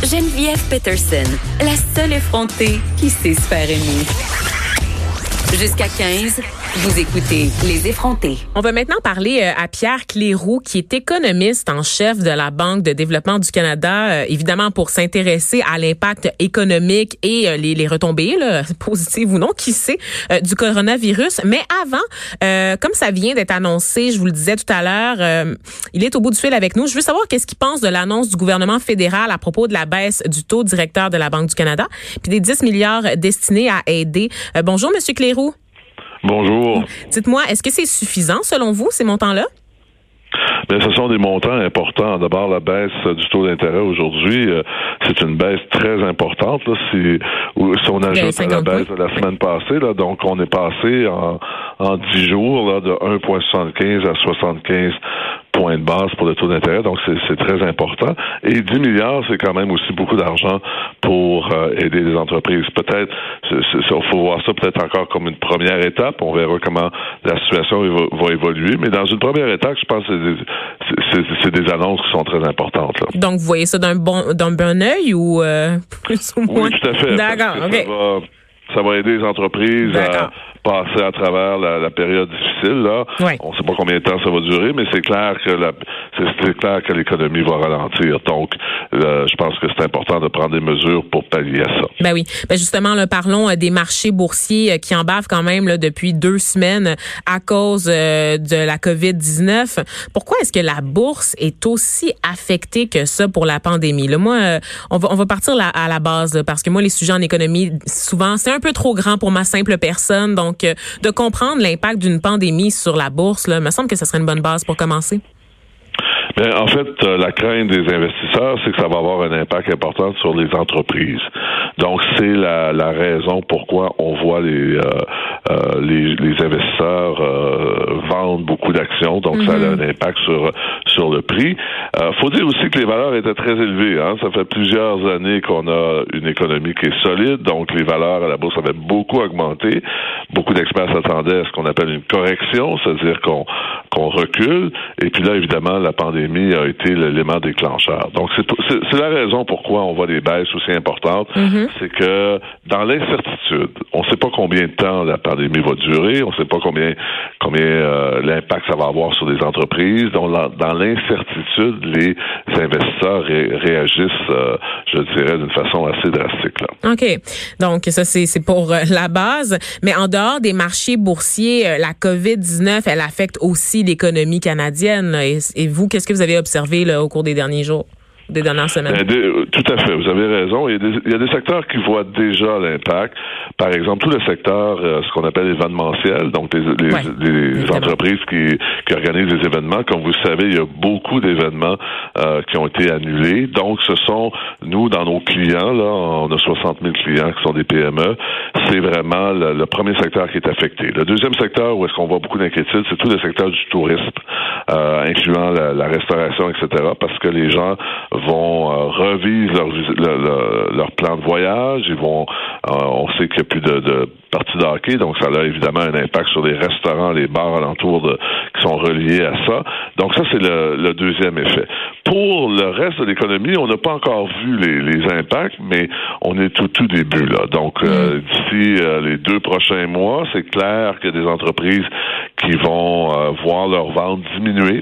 Geneviève Peterson, la seule effrontée qui sait se faire aimer. Jusqu'à 15, vous écoutez Les effrontés. On va maintenant parler à Pierre Cleyroux, qui est économiste en chef de la Banque de développement du Canada, évidemment pour s'intéresser à l'impact économique et les retombées, là, positives ou non, qui sait, du coronavirus. Mais avant, comme ça vient d'être annoncé, je vous le disais tout à l'heure, il est au bout du fil avec nous. Je veux savoir qu'est-ce qu'il pense de l'annonce du gouvernement fédéral à propos de la baisse du taux directeur de la Banque du Canada, puis des 10 milliards destinés à aider. Bonjour, Monsieur Cleyroux. Bonjour. Dites-moi, est-ce que c'est suffisant selon vous, ces montants-là? Bien, ce sont des montants importants. D'abord, la baisse du taux d'intérêt aujourd'hui, c'est une baisse très importante. Là, si on ajoute à la baisse de la semaine passée, là, donc on est passé en 10 jours là, de 1,75 à 75 points de base pour le taux d'intérêt, donc c'est très important. Et 10 milliards, c'est quand même aussi beaucoup d'argent pour aider les entreprises. Peut-être, il faut voir ça peut-être encore comme une première étape. On verra comment la situation va évoluer. Mais dans une première étape, je pense que c'est des annonces qui sont très importantes. Là. Donc, vous voyez ça d'un bon œil ou plus ou moins? Oui, tout à fait. D'accord, OK. Ça va aider les entreprises à passer à travers la période difficile. Là. Ouais. On ne sait pas combien de temps ça va durer, mais c'est clair que l'économie va ralentir. Donc, je pense que c'est important de prendre des mesures pour pallier à ça. Ben oui. Ben justement, là, parlons des marchés boursiers qui en bavent quand même là, depuis 2 semaines à cause de la COVID-19. Pourquoi est-ce que la bourse est aussi affectée que ça pour la pandémie? Là, moi, on va partir à la base là, parce que moi, les sujets en économie, souvent, c'est un peu trop grand pour ma simple personne. Donc, de comprendre l'impact d'une pandémie sur la bourse, là, me semble que ce serait une bonne base pour commencer. Bien, en fait, la crainte des investisseurs, c'est que ça va avoir un impact important sur les entreprises. Donc, c'est la raison pourquoi on voit les investisseurs vendent beaucoup d'actions. Donc, ça a un impact sur le prix. Faut dire aussi que les valeurs étaient très élevées. Hein? Ça fait plusieurs années qu'on a une économie qui est solide. Donc, les valeurs à la bourse avaient beaucoup augmenté. Beaucoup d'experts s'attendaient à ce qu'on appelle une correction, c'est-à-dire qu'on recule. Et puis là, évidemment, la pandémie a été l'élément déclencheur. Donc, c'est la raison pourquoi on voit des baisses aussi importantes. C'est que dans l'incertitude, on ne sait pas combien de temps la pandémie va durer, on ne sait pas combien l'impact ça va avoir sur les entreprises. Donc, dans l'incertitude, les investisseurs réagissent, je dirais, d'une façon assez drastique. Là. OK. Donc, ça, c'est pour la base. Mais en dehors des marchés boursiers, la COVID-19, elle affecte aussi l'économie canadienne. Là. Et vous, qu'est-ce que vous avez observé là, au cours des derniers jours? Des dernières semaines. Tout à fait, vous avez raison. Il y a des secteurs qui voient déjà l'impact. Par exemple, tout le secteur, ce qu'on appelle événementiel, donc les entreprises qui organisent des événements. Comme vous le savez, il y a beaucoup d'événements qui ont été annulés. Donc, ce sont, nous, dans nos clients, là, on a 60 000 clients qui sont des PME, c'est vraiment le premier secteur qui est affecté. Le deuxième secteur où est-ce qu'on voit beaucoup d'inquiétude, c'est tout le secteur du tourisme, incluant la restauration, etc., parce que les gens vont revivre leur plan de voyage. Ils vont, on sait qu'il n'y a plus de parties de hockey, donc ça a évidemment un impact sur les restaurants, les bars alentours qui sont reliés à ça. Donc ça, c'est le deuxième effet. Pour le reste de l'économie, on n'a pas encore vu les impacts, mais on est au tout début là. Donc d'ici les 2 prochains mois, c'est clair qu'il y a des entreprises qui vont voir leur vente diminuer,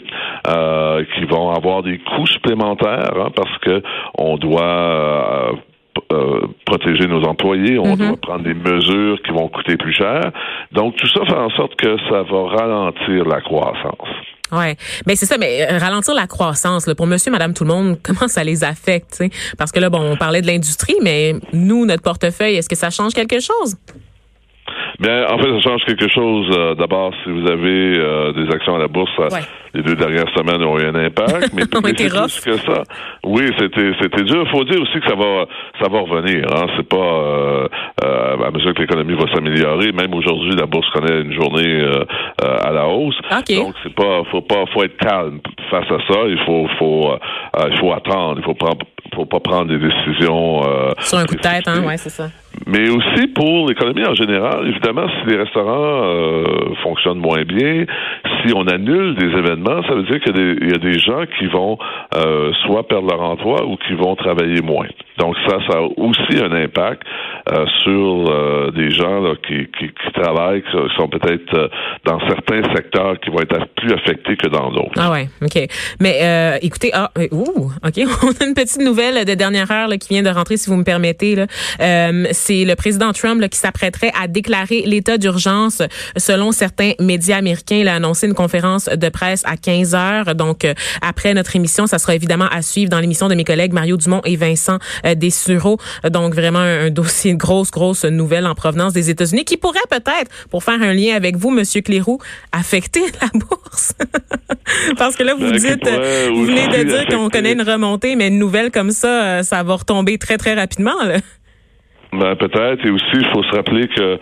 qui vont avoir des coûts supplémentaires parce que on doit protéger nos employés, on doit prendre des mesures qui vont coûter plus cher. Donc tout ça fait en sorte que ça va ralentir la croissance. Ouais, ben c'est ça, mais ralentir la croissance là, pour monsieur, madame, tout le monde, comment ça les affecte, t'sais? Parce que là, bon, on parlait de l'industrie, mais nous, notre portefeuille, est-ce que ça change quelque chose? Bien, en fait, ça change quelque chose. D'abord, si vous avez des actions à la bourse, les 2 dernières semaines ont eu un impact, mais c'est plus que ça. Oui, c'était dur. Il faut dire aussi que ça va revenir. Hein. C'est pas à mesure que l'économie va s'améliorer. Même aujourd'hui, la bourse connaît une journée à la hausse. Okay. Donc, faut être calme face à ça. Il faut attendre. Faut pas prendre des décisions sur un coup de tête, hein. Ouais, c'est ça. Mais aussi pour l'économie en général, évidemment, si les restaurants fonctionnent moins bien, si on annule des événements, ça veut dire qu'il y a des gens qui vont soit perdre leur emploi ou qui vont travailler moins. Donc ça a aussi un impact sur des gens là, qui travaillent, qui sont peut-être dans certains secteurs qui vont être plus affectés que dans d'autres. Ah ouais, OK. Mais écoutez, OK, on a une petite nouvelle de dernière heure là, qui vient de rentrer, si vous me permettez. Là. C'est le président Trump là, qui s'apprêterait à déclarer l'état d'urgence. Selon certains médias américains, il a annoncé une conférence de presse à 15 heures. Donc, après notre émission, ça sera évidemment à suivre dans l'émission de mes collègues Mario Dumont et Vincent Dessureau. Donc, vraiment un dossier, une grosse nouvelle en provenance des États-Unis qui pourrait peut-être, pour faire un lien avec vous, Monsieur Cléroux, affecter la bourse. Parce que là, vous venez de dire qu'on connaît une remontée, mais une nouvelle comme ça, ça va retomber très, très rapidement, là. Ben, peut-être. Et aussi, il faut se rappeler que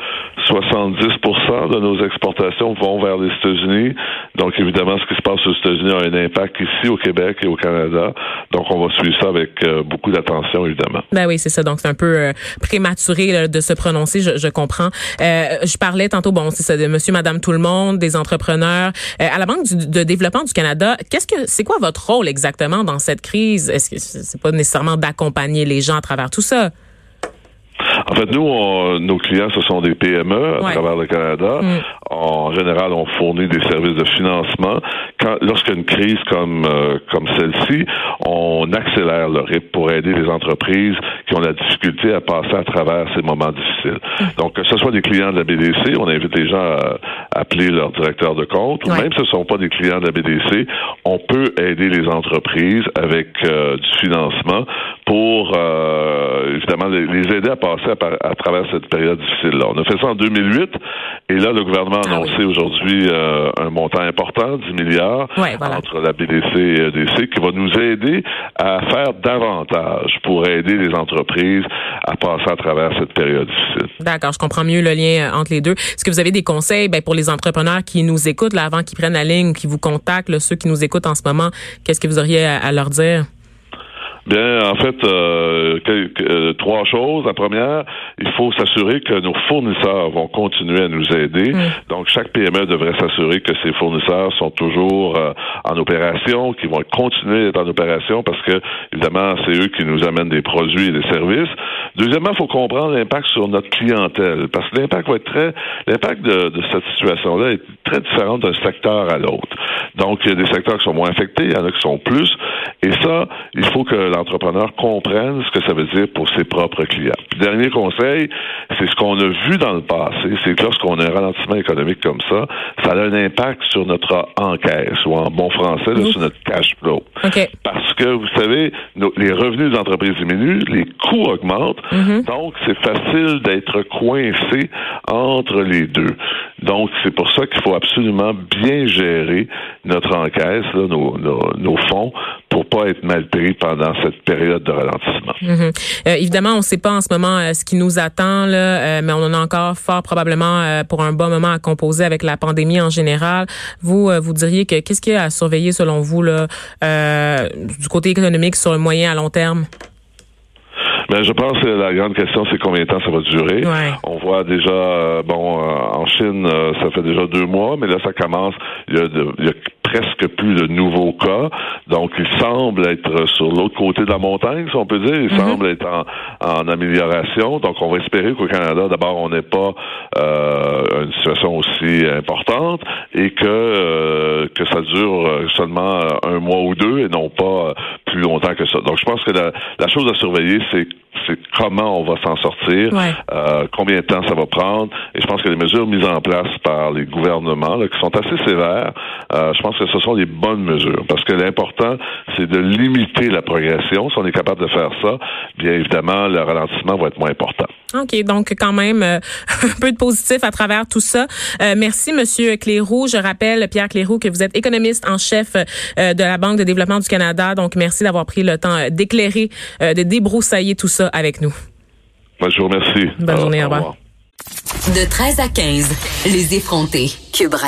70% de nos exportations vont vers les États-Unis. Donc, évidemment, ce qui se passe aux États-Unis a un impact ici au Québec et au Canada. Donc, on va suivre ça avec beaucoup d'attention, évidemment. Ben oui, c'est ça. Donc, c'est un peu prématuré là, de se prononcer, je comprends. Je parlais tantôt, c'est ça, de monsieur, madame, tout le monde, des entrepreneurs. À la Banque de développement du Canada, c'est quoi votre rôle exactement dans cette crise? Est-ce que c'est pas nécessairement d'accompagner les gens à travers tout ça? En fait, nous, nos clients, ce sont des PME à travers le Canada. En général, on fournit des services de financement. Lorsqu'il y a une crise comme celle-ci, on accélère le rythme pour aider les entreprises qui ont la difficulté à passer à travers ces moments difficiles. Donc, que ce soit des clients de la BDC, on invite les gens à appeler leur directeur de compte, ou même si ce ne sont pas des clients de la BDC, on peut aider les entreprises avec du financement pour, évidemment, les aider à passer à travers cette période difficile-là. On a fait ça en 2008, et là, le gouvernement a annoncé aujourd'hui un montant important, 10 milliards, entre la BDC et EDC, qui va nous aider à faire davantage pour aider les entreprises à passer à travers cette période difficile. D'accord, je comprends mieux le lien entre les deux. Est-ce que vous avez des conseils pour les entrepreneurs qui nous écoutent là, avant qu'ils prennent la ligne ou qui vous contactent, là, ceux qui nous écoutent en ce moment, qu'est-ce que vous auriez à leur dire? Bien, en fait, trois choses. La première, il faut s'assurer que nos fournisseurs vont continuer à nous aider. Donc, chaque PME devrait s'assurer que ses fournisseurs sont toujours en opération, qu'ils vont continuer d'être en opération parce que, évidemment, c'est eux qui nous amènent des produits et des services. Deuxièmement, il faut comprendre l'impact sur notre clientèle parce que l'impact de cette situation-là est très différent d'un secteur à l'autre. Donc, il y a des secteurs qui sont moins affectés, il y en a qui sont plus. Et ça, il faut que l'entrepreneur comprenne ce que ça veut dire pour ses propres clients. Puis, dernier conseil, c'est ce qu'on a vu dans le passé, c'est que lorsqu'on a un ralentissement économique comme ça a un impact sur notre encaisse, ou en bon français, sur notre cash flow. Okay. Parce que, vous savez, les revenus des entreprises diminuent, les coûts augmentent, donc c'est facile d'être coincé entre les deux. Donc, c'est pour ça qu'il faut absolument bien gérer notre encaisse, là, nos fonds, pour pas être mal pris pendant cette période de ralentissement. Évidemment, on ne sait pas en ce moment ce qui nous attend, là, mais on en a encore fort probablement pour un bon moment à composer avec la pandémie en général. Vous diriez que qu'est-ce qu'il y a à surveiller selon vous là, du côté économique sur le moyen à long terme? Ben, je pense que la grande question, c'est combien de temps ça va durer. On voit déjà, en Chine, ça fait déjà 2 mois, mais là, ça commence, il y a presque plus de nouveaux cas. Donc, il semble être sur l'autre côté de la montagne, si on peut dire. Il semble être en amélioration. Donc, on va espérer qu'au Canada, d'abord, on n'ait pas une situation aussi importante et que ça dure seulement 1 mois ou 2 et non pas plus longtemps que ça. Donc, je pense que la chose à surveiller, c'est comment on va s'en sortir, combien de temps ça va prendre. Et je pense que les mesures mises en place par les gouvernements, là, qui sont assez sévères, je pense que ce sont les bonnes mesures. Parce que l'important, c'est de limiter la progression. Si on est capable de faire ça, bien évidemment, le ralentissement va être moins important. OK, donc quand même un peu de positif à travers tout ça. Merci, Monsieur Cléroux. Je rappelle, Pierre Cléroux, que vous êtes économiste en chef de la Banque de développement du Canada. Donc, merci d'avoir pris le temps d'éclairer, de débroussailler tout ça avec nous. Moi, je vous remercie. Bonne journée, au revoir. De 13 à 15, les effrontés. Cube Radio.